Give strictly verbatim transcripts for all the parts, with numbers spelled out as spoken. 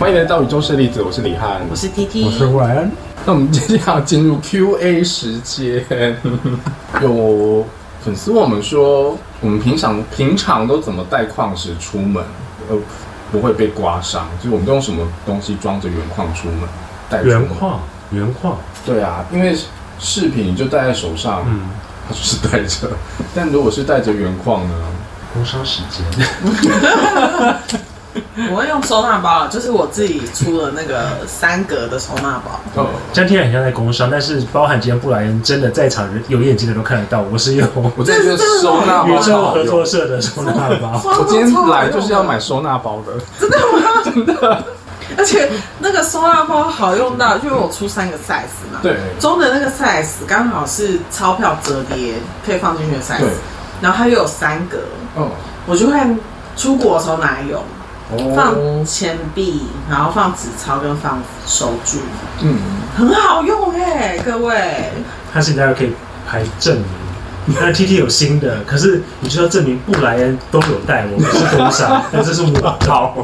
欢迎来到宇宙舍利子，我是李翰， 我是 T T， 我是韦恩。 那我们接下来进入 Q A 时间。有粉丝问我们说，我们平常平常都怎么带矿石出门，呃，不会被刮伤？就是我们都用什么东西装着原矿出门？带出门原矿，原矿。对啊，因为饰品你就戴在手上，嗯，它就是戴着。但如果是带着原矿呢？ 工伤时间。 我会用收纳包，就是我自己出了那个三格的收纳包。 哦，这样听起来很像在工商，但是包含今天布莱恩真的在场人有眼睛的都看得到，我是用我真的觉得收纳包宇宙合作社的收纳包。 我今天来就是要买收纳包的， 真的吗？真的。而且那个收纳包好用到，因为我出三个 size 嘛， 对， 中的那个 size 刚好是钞票折叠可以放进去的 size， 然后它又有三格，哦，我就会出国的时候拿来用。放钱币，然后放纸钞跟放收据，嗯，很好用哎、欸，各位。 它现在可以排证明，但 T T 有新的，可是你就要证明布莱恩都有带，我们是工商，但这是我套。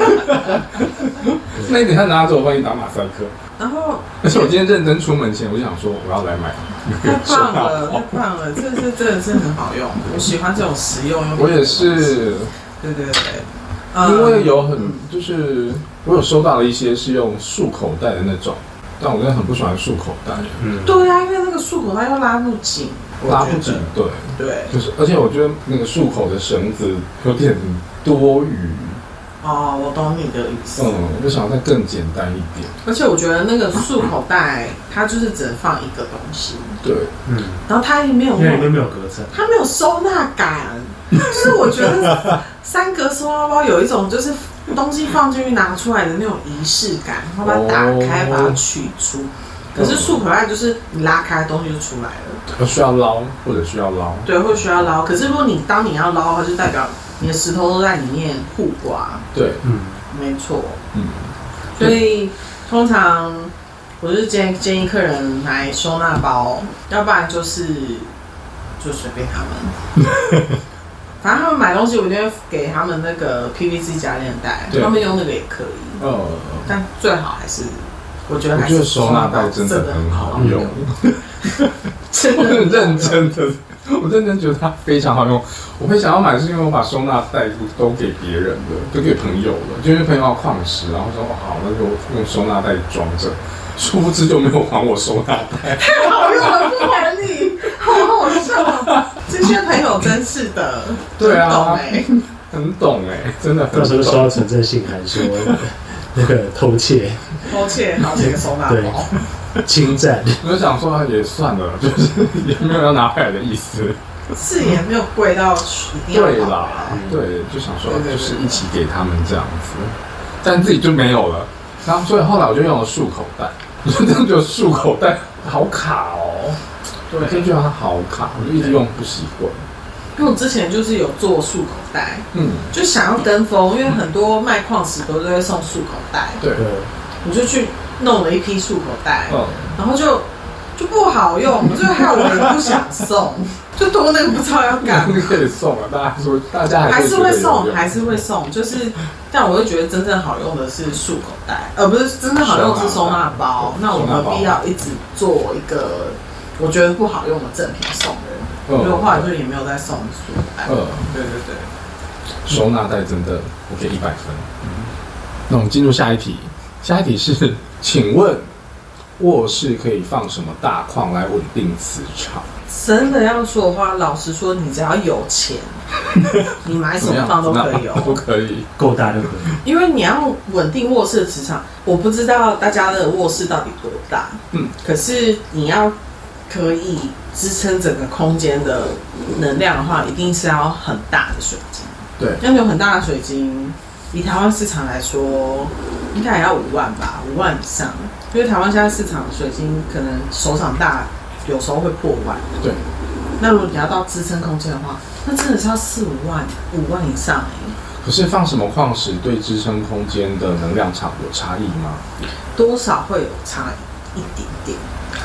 那你等一下拿走，我帮你打马赛克。 然后， 而且我今天认真出门前，我就想说我要来买。 太棒了，太棒了，这是真的是很好用，我喜欢这种实用用。 我也是。对对对。因为有很就是我有收到了一些是用束口袋的那种，但我真的很不喜欢束口袋。 嗯，对啊，因为那个束口袋又拉不紧， 拉不紧，对对，就是而且我觉得那个束口的绳子有点多余。哦， 我懂你的意思。 嗯，我就想要再更简单一点。 而且我觉得那个束口袋它就是只能放一个东西。 对， 嗯，然后它也没有， 因为里面没有隔层， 它没有收纳感。就是我觉得三格收纳包有一种就是东西放进去拿出来的那种仪式感，然后把它打开，把它取出。可是束口袋就是你拉开东西就出来了， 需要捞或者需要捞， 对，会需要捞。可是如果你当你要捞，它就代表你的石头都在里面互刮。 对，嗯， 没错，嗯。所以通常我就是建建议客人买收纳包，要不然就是就随便他们。反正他们买东西，我一定会给他们那个 P V C 夹链袋，他们用那个也可以。哦、呃，但最好还是，我觉得还是收纳袋真的很好用。真的很认真的，我认真觉得它非常好用。我会想要买，是因为我把收纳袋都给别人了，都给朋友了，就因为朋友要矿石，然后说好，那就用收纳袋装着。殊不知就没有还我收纳袋， 太好用了，不还你，好好笑。这些朋友真是的， 对啊，很懂哎、欸，真的很懂。 到时候收到存证信函说那个偷窃， 偷窃，好几个收纳包， 侵占。 我就想说也算了，就是也没有要拿回来的意思。 是也没有贵到一定要对啦，对，就想说就是一起给他们这样子，但自己就没有了。然后所以后来我就用了束口袋。我真的觉得束口袋好卡哦，对，我真觉得它好卡，我就一直用不习惯。 因为我之前就是有做束口袋，嗯，就想要跟风，因为很多卖矿石都会送束口袋， 对， 我就去弄了一批束口袋，嗯，然后就就不好用，就害我也不想送，就多那个不知道要干嘛。 可以送啊，大家说大家还是会送，还是会送，就是，但我会觉得真正好用的是束口袋，而不是真正好用的是收纳包。那我何必要一直做一个我觉得不好用的赠品送人？所以我后来就也没有再送束口袋。嗯，对对对， 收纳袋真的我给一百分。那我们进入下一题，下一题是，请问卧室可以放什么大矿来稳定磁场？ 真的要说的话，老实说，你只要有钱，你买什么放都可以哦， 都可以， 够大就可以。 因为你要稳定卧室的磁场，我不知道大家的卧室到底多大，嗯，可是你要可以支撑整个空间的能量的话，一定是要很大的水晶。 对， 要有很大的水晶，以台湾市场来说，应该也要五万吧，五万以上。因为台湾现在市场水晶可能手掌大，有时候会破万。 对。 那如果你要到支撑空间的话，那真的是要四五万、五万以上哎。 可是放什么矿石对支撑空间的能量场有差异吗？ 多少会有差一点点。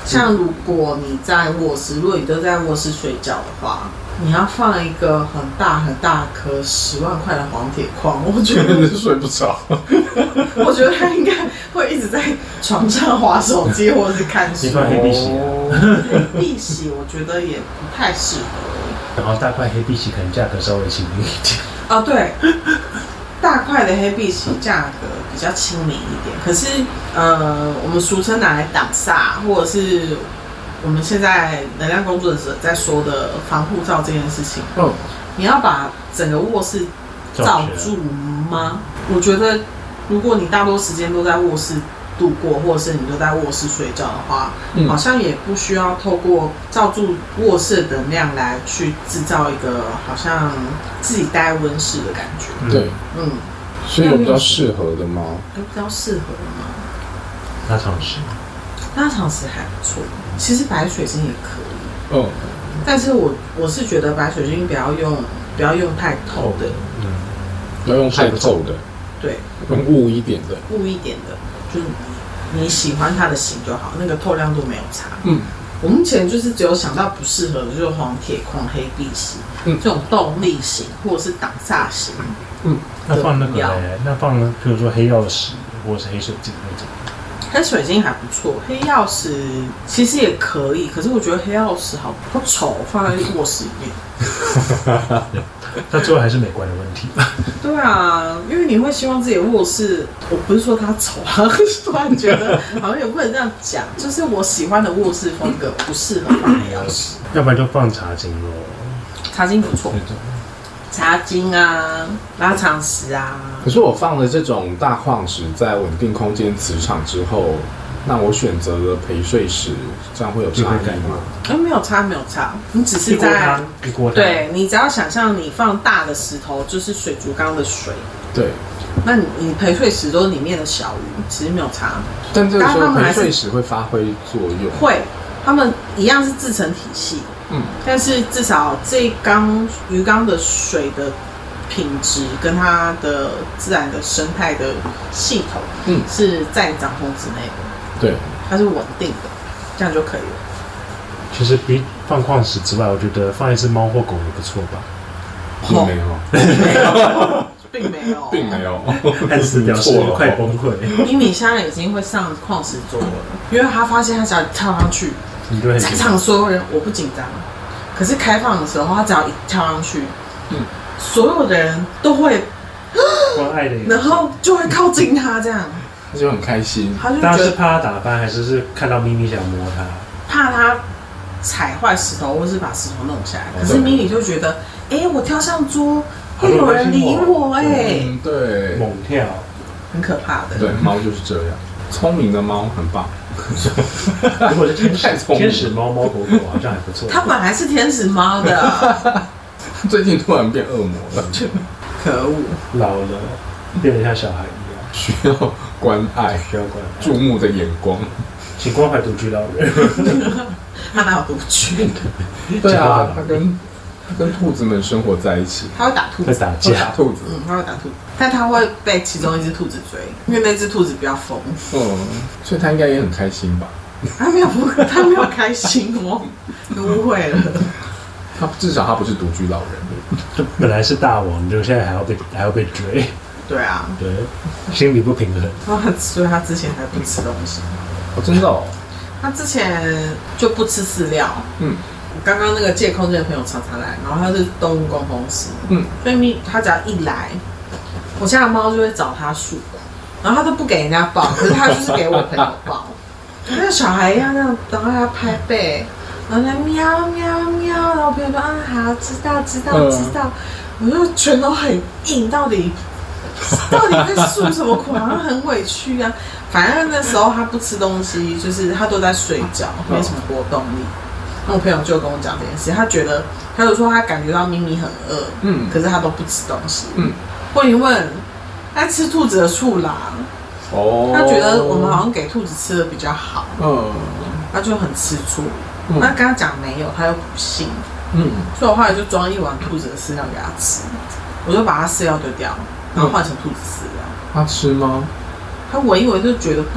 像如果你在卧室，如果你都在卧室睡觉的话，你要放一个很大很大颗十万块的黄铁矿，我觉得睡不着。 我觉得他应该会一直在床上滑手机或者是看书。 你放黑碧玺啊？ 黑碧玺我觉得也不太适合。 然后大块黑碧玺可能价格稍微亲民一点。 哦，对，大块的黑碧玺价格比较亲民一点，可是呃，我们俗称拿来挡煞，或者是我们现在能量工作者在说的防护罩这件事情。嗯，你要把整个卧室罩住吗？我觉得，如果你大多时间都在卧室度过，或者是你都在卧室睡觉的话，嗯、好像也不需要透过罩住卧室的能量来去制造一个好像自己待温室的感觉。 对，嗯，所以有比较适合的吗？ 有比较适合的吗？ 拉长石， 拉长石还不错，其实白水晶也可以。 嗯， 但是我我是觉得白水晶不要用，不要用太透的， 嗯，不要用太透的， 对， 用雾一点的， 雾一点的，就是你喜欢它的型就好，那个透亮度没有差。 嗯， 我目前就是只有想到不适合的，就是黄铁矿、黑碧玺，嗯，这种动力型或者是挡煞型。 嗯，那放那个嘞？那放比如说黑曜石或者是黑水晶那种。 黑水晶还不错，黑曜石其实也可以，可是我觉得黑曜石好好丑，放在卧室里面。 它最后还是美观的问题。 对啊，因为你会希望自己的卧室，我不是说它丑啊，突然觉得好像也不能这样讲，就是我喜欢的卧室风格不适合放黑曜石， 要不然就放茶晶咯。 茶晶不错，茶晶啊，拉长石啊。 可是我放了这种大矿石在稳定空间磁场之后，那我选择了陪睡石，这样会有差异吗？ 哎，没有差，没有差，你只是在一锅汤， 对你只要想象你放大的石头就是水族缸的水， 对， 那你你陪睡石都是里面的小鱼，其实没有差。 但这个时候陪睡石会发挥作用， 会，它们一样是自成体系，嗯，但是至少这缸鱼缸的水的品质跟它的自然的生态的系统，嗯，是在你掌控之内的， 对， 它是稳定的，这样就可以了。 其实比放矿石之外，我觉得放一只猫或狗也不错吧。 并没有， 并没有， 并没有， 看似表示快崩溃。 咪咪现在已经会上矿石桌了，因为他发现他只要跳上去，在场所有人我不紧张，可是开放的时候他只要一跳上去，嗯，所有的人都会关爱的， 然后就会靠近他，这样他就很开心。 他就大家是怕他打翻，还是是看到咪咪想摸他？ 怕他踩坏石头，或是把石头弄下来。可是咪咪就觉得，哎、欸，我跳上桌，会有人理我、欸，哎、 嗯，对， 猛跳， 很可怕的。 对，猫就是这样，聪明的猫很棒。 如果是天使天使猫猫狗狗，好像还不错。 它本来是天使猫的， 最近突然变恶魔了， 可恶！ 老了，变得像小孩一样， 需要关爱， 需要关爱， 注目的眼光。 请关怀独居老人。 他哪有独居？ 对啊，他跟他跟兔子们生活在一起。 他会打兔子， 会打架， 打兔子。 嗯，他会打兔子，但他会被其中一只兔子追，因为那只兔子比较疯。 嗯，所以他应该也很开心吧？ 他没有不，他没有开心哦，你误会了。 他至少他不是独居老人， 本来是大王，就现在还要被还要被追。 对啊， 对，心理不平衡。 所以他之前还不吃东西。 哦，真的哦。 他之前就不吃饲料。嗯。刚刚那个借空间的朋友常常来，然后他是动物沟通师。嗯。所以他只要一来，我家的猫就会找他诉苦，然后他都不给人家抱，可是他就是给我朋友抱，就像小孩一样那样，然后他拍背，然后他喵喵喵，然后我朋友说啊好，知道知道知道，我就全都很硬，到底。到底在诉什么苦？好像很委屈啊。反正那时候他不吃东西，就是他都在睡觉，没什么活动力。那我朋友就跟我讲这件事，他觉得他就说他感觉到咪咪很饿，嗯，可是他都不吃东西，嗯。问一问，他吃兔子的醋啦，哦，他觉得我们好像给兔子吃的比较好，嗯，他就很吃醋。嗯、那跟他讲没有，他又不信，嗯，所以我后来就装一碗兔子的饲料给他吃，我就把他饲料丢掉。然后换成兔子饲料， 他吃吗？ 他闻一闻就觉得不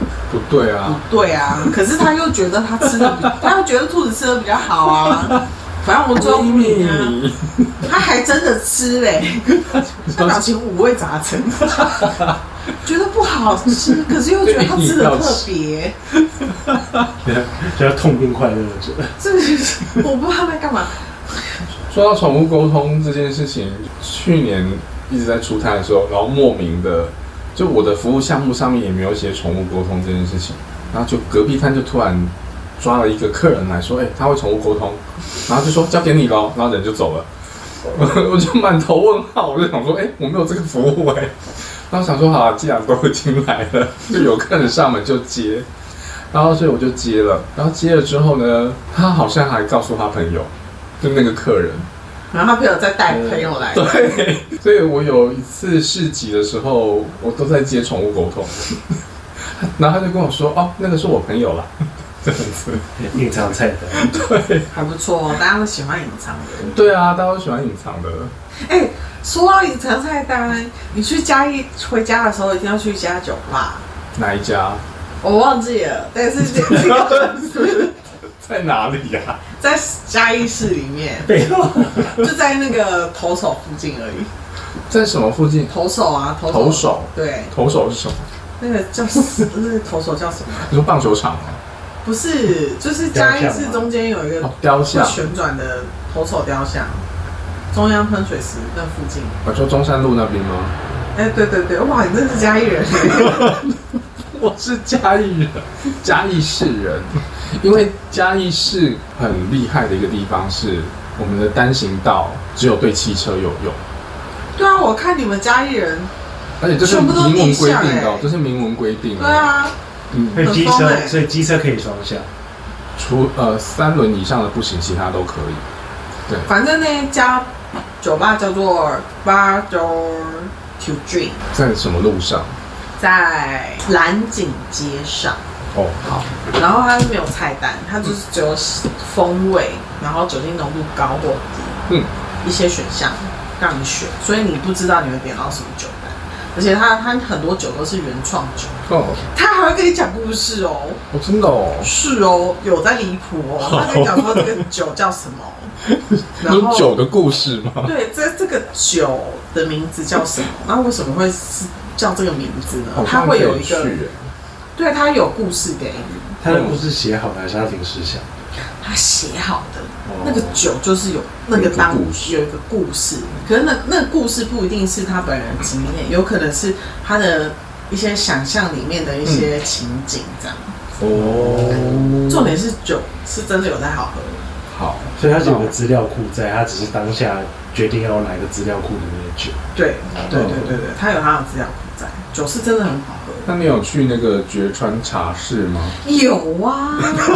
不对啊， 不对啊，可是他又觉得他吃的比，他又觉得兔子吃的比较好啊。反正我最后秘他， 密他还真的吃嘞，他表情五味杂陈，觉得不好吃，可是又觉得他吃的特别， 就要痛并快乐着。 这个我不知道他在干嘛。 说到宠物沟通这件事情，去年一直在出摊的时候，然后莫名的，就我的服务项目上面也没有写宠物沟通这件事情，然后就隔壁摊就突然抓了一个客人来说，哎、欸，他会宠物沟通，然后就说交给你咯，然后人就走了，我就满头问号，我就想说，哎、欸，我没有这个服务哎、欸，然后想说，好、啊，既然都已经来了，就有客人上门就接，然后所以我就接了，然后接了之后呢，他好像还告诉他朋友。就那个客人， 然后他朋友再带朋友来， 对，所以我有一次市集的时候，我都在接宠物沟通，然后他就跟我说：“哦，那个是我朋友啦。”这样子， 隐藏菜单， 对， 还不错哦，大家都喜欢隐藏的。 对啊，大家都喜欢隐藏的。 哎、欸，说到隐藏菜单，你去嘉义回家的时候一定要去一家酒吧， 哪一家？ 我忘记了，但是这个在哪里呀、啊？ 在嘉义市里面，就在那个投手附近而已。 在什么附近？ 投手啊，投手。 投手对， 投手是什么？ 那个叫那个投手叫什么？ 你说棒球场吗？ 不是，就是嘉义市中间有一个雕像旋转的投手雕像，中央喷水池那附近。 我说中山路那边吗？ 哎、欸，对对对，哇，你真是嘉义人。 我是嘉义人，嘉义市人。因为嘉义市很厉害的一个地方是，我们的单行道只有对汽车有用。 对啊，我看你们嘉义人， 而且这是明文规定的、哦，这是明文规定、哦。 对啊， 嗯， 所以机车，所以机车可以双向， 除呃三轮以上的不行，其他都可以。对， 反正那家酒吧叫做 Bar Door to Dream， 在什么路上？ 在蓝景街上。 哦，好。 然后它是没有菜单，它就是只有风味，然后酒精浓度高或低，嗯，一些选项让你选，所以你不知道你会点到什么酒单。而且它它很多酒都是原创酒哦，它还会跟你讲故事哦。 哦，真的哦。 是哦，有在离谱哦。他跟你讲说这个酒叫什么， 然后酒的故事吗？ 对，这这个酒的名字叫什么？然后为什么会是叫这个名字呢？它会有一个。对，他有故事给你。 他的故事写好的还是他临时想？ 他写好的，哦、那个酒就是有那个当有一个故事，可是那那个故事不一定是他本人经验，有可能是他的一些想象里面的一些情景这样。哦，重点是酒是真的有在好喝。 好， 所以他是有个资料库在，他只是当下决定要哪个资料库里面的酒。 对，对对对对，他有他的资料库在，酒是真的很好喝。 那你有去那个绝川茶室吗？ 有啊。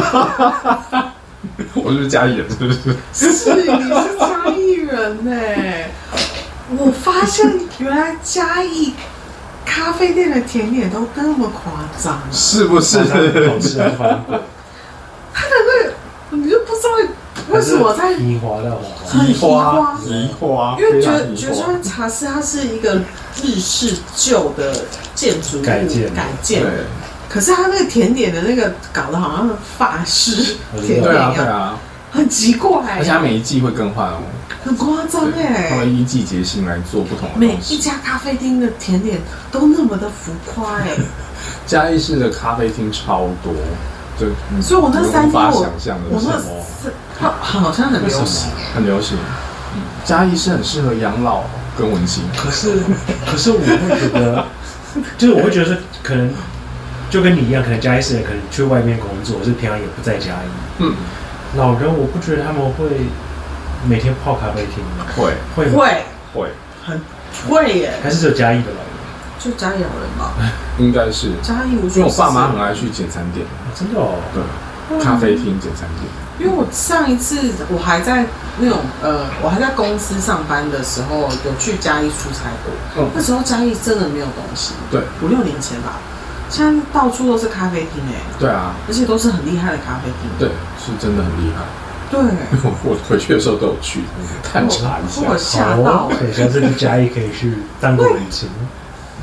我是不是嘉义人？是不是？ 是，你是嘉义人呢、欸。我发现原来嘉义咖啡店的甜点都那么夸张， 是不是？ 好吃还是反贵？ 他的那个，你就不知道为什么在移花的很移花， 移花， 因为绝绝川茶室它是一个日式旧的建筑物改建改建的。可是它那个甜点的那个搞得好像法式甜点一样， 对啊对啊， 很奇怪、欸。 而且它每一季会更换哦， 很夸张哎。 它会依季节性来做不同的东西。 每一家咖啡厅的甜点都那么的浮夸哎、欸。 嘉义市的咖啡厅超多，就所以我那三天我我那好像很流行， 很流行。嘉义是很适合养老跟文青， 可是可是我会觉得，就是我会觉得可能。就跟你一样，可能嘉义市人可能去外面工作，是平常也不在嘉义。嗯，老人我不觉得他们会每天泡咖啡厅。 会会会会很会耶。 还是只有嘉义的老人？ 就嘉义老人吧。 应该是嘉义无。 因为我爸妈很爱去简餐店， 真的哦。 对，咖啡厅、简餐店。 因为我上一次我还在那种呃，我还在公司上班的时候，有去嘉义出差过。嗯，那时候嘉义真的没有东西。 对， 五六年前吧。现在到处都是咖啡厅哎， 对啊， 而且都是很厉害的咖啡厅， 对，是真的很厉害。 对， 我我回去的时候都有去探查一下， 我吓到哎。 等下次去嘉义可以去当个文青。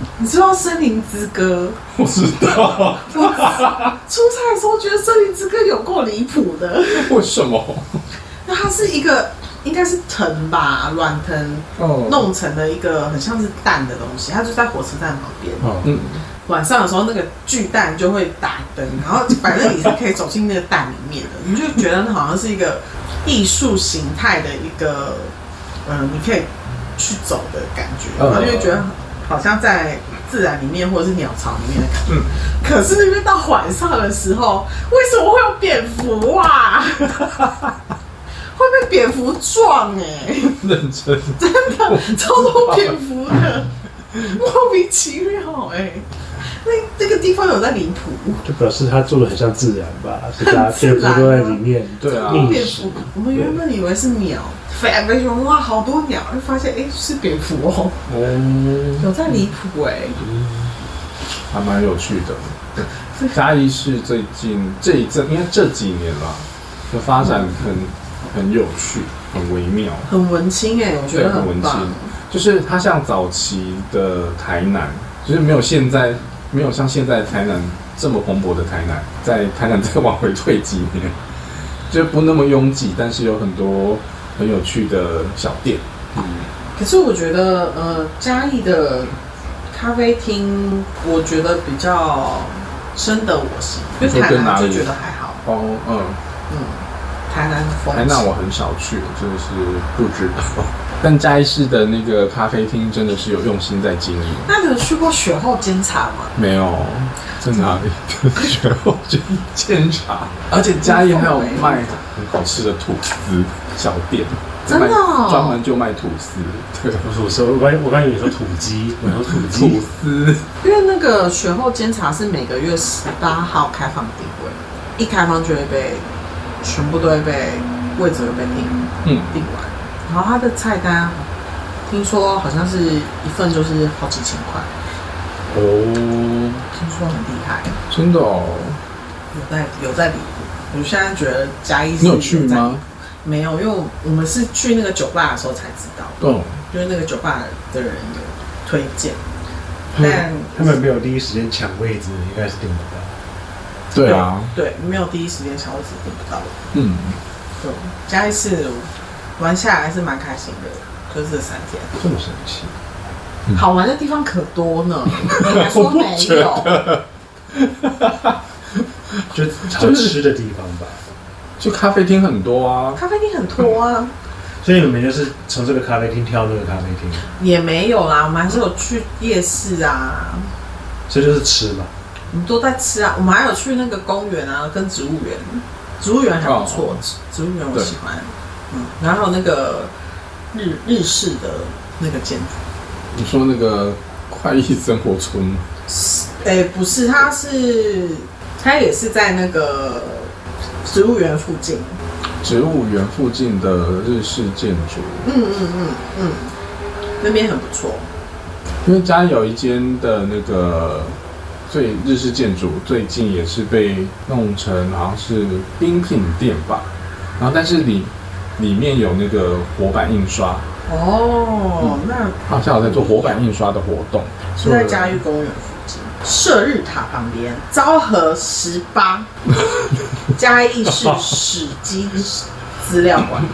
你知道《森林之歌》？ 我知道。 我出差的时候觉得《森林之歌》有够离谱的。 为什么？ 那它是一个应该是藤吧，软藤弄成的一个很像是蛋的东西，它就在火车站旁边。嗯，晚上的时候那个巨蛋就会打灯，然后反正你是可以走进那个蛋里面的，你就觉得好像是一个艺术形态的一个，嗯，你可以去走的感觉，然后就会觉得好像在自然里面或者是鸟巢里面的感觉。嗯，可是那边到晚上的时候，为什么会有蝙蝠啊？会被蝙蝠撞哎、欸！ 认真， 真的超多蝙蝠的，莫名其妙哎、欸！那这个地方有在离谱， 就表示他做的很像自然吧，所以大家蝙蝠都在里面。 对啊， 蝙蝠，我们原本以为是鸟，飞来飞去，哇，好多鸟，就发现哎、欸、是蝙蝠哦，嗯，有在离谱哎， 还蛮有趣的。嘉义市最近这一阵，应该这几年啦，的发展很。很有趣，很微妙， 很文青哎、欸，我觉得很文青。就是它像早期的台南，就是没有现在没有像现在台南这么蓬勃的台南，在台南再往回退几年，就不那么拥挤，但是有很多很有趣的小店。 嗯，可是我觉得呃，嘉义的咖啡厅，我觉得比较深得我心，因为台南就觉得还好。 哦，嗯嗯。 台南风台南我很少去，就是不知道。但嘉义市的那个咖啡厅真的是有用心在经营。 那你有去过雪后煎茶吗？ 没有，在哪里？雪后煎茶，而且嘉义还有卖很好吃的吐司小店， 真的、哦， 专门就卖吐司。对， 不是我说，我刚我刚以为说土鸡，我说土鸡吐司。 因为那个雪后煎茶是每个月十八号开放定位，一开放就会被。全部都会被位置会被订，嗯，订完。然后它的菜单，听说好像是一份就是好几千块。哦，听说很厉害。 真的哦。 有在有在离谱。我现在觉得嘉义市你有去吗？ 没有，因为我们是去那个酒吧的时候才知道。哦。就是那个酒吧的人有推荐，但他们没有第一时间抢位置，应该是订不到。 对啊， 对，没有第一时间抢位置订不到。 嗯， 对，嘉义市玩下来是蛮开心的，就这三天。 这么神奇， 嗯、好玩的地方可多呢。你还说没有？ 就好吃的地方吧， 就咖啡厅很多啊， 咖啡厅很多啊。 所以你们就是从这个咖啡厅挑那个咖啡厅？ 也没有啦，我们还是有去夜市啊。 所以就是吃嘛。 我们都在吃啊，我们还有去那个公园啊，跟植物园，植物园还不错，哦、植物园我喜欢。嗯，然后还有那个日日式的那个建筑。 你说那个快意生活村吗？ 哎、欸，不是，它是它也是在那个植物园附近。 植物园附近的日式建筑。 嗯嗯嗯嗯，那边很不错。 因为家里有一间的那个。最日式建筑最近也是被弄成好像是冰品店吧，然后但是里里面有那个活版印刷哦，嗯、那好像有在做活版印刷的活动， 是在嘉义公园附近，射日塔旁边，昭和十八嘉义市史迹资料馆。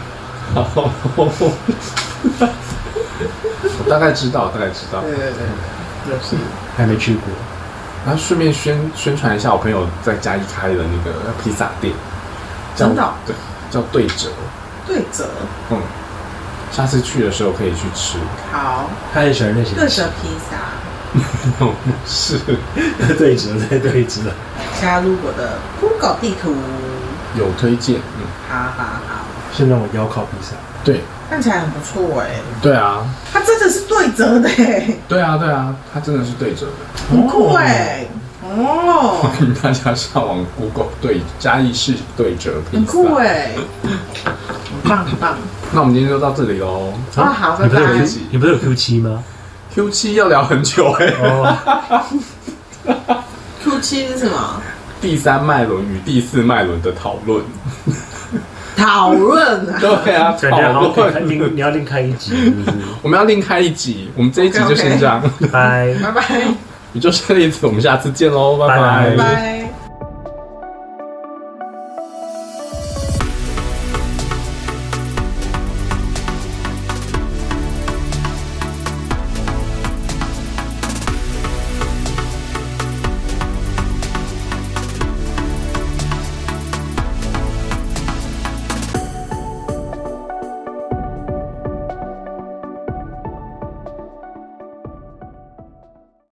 我大概知道，大概知道， 对对对， 就是还没去过。 然后顺便宣宣传一下我朋友在嘉义开的那个披萨店， 真的、哦、 对，叫对折。 对折， 嗯，下次去的时候可以去吃。 好， 他很喜欢那些对折披萨。 是对折在对折。 加入我的 Google 地图， 有推荐。嗯， 好好好。 是那种腰烤披萨。 对， 看起来很不错哎、欸。 对啊， 它真的是对折的哎、欸。 对啊，对啊，它真的是对折的， 很酷哎、欸。哦， 欢迎大家上网 Google 对嘉义市对折披萨， 很酷哎、欸，很棒很棒。 那我们今天就到这里喽。 啊，好，拜拜。 你不是有 Q 七吗 ？Q 七要聊很久哎、欸。哦、 Q 七是什么？ 第三脉轮与第四脉轮的讨论。 讨论啊。 对啊， 感觉好讨论。 另你要另开一集，是不是？ 我们要另开一集，我们这一集就先这样。 拜拜拜， 你就是例子，我们下次见喽，拜拜拜拜。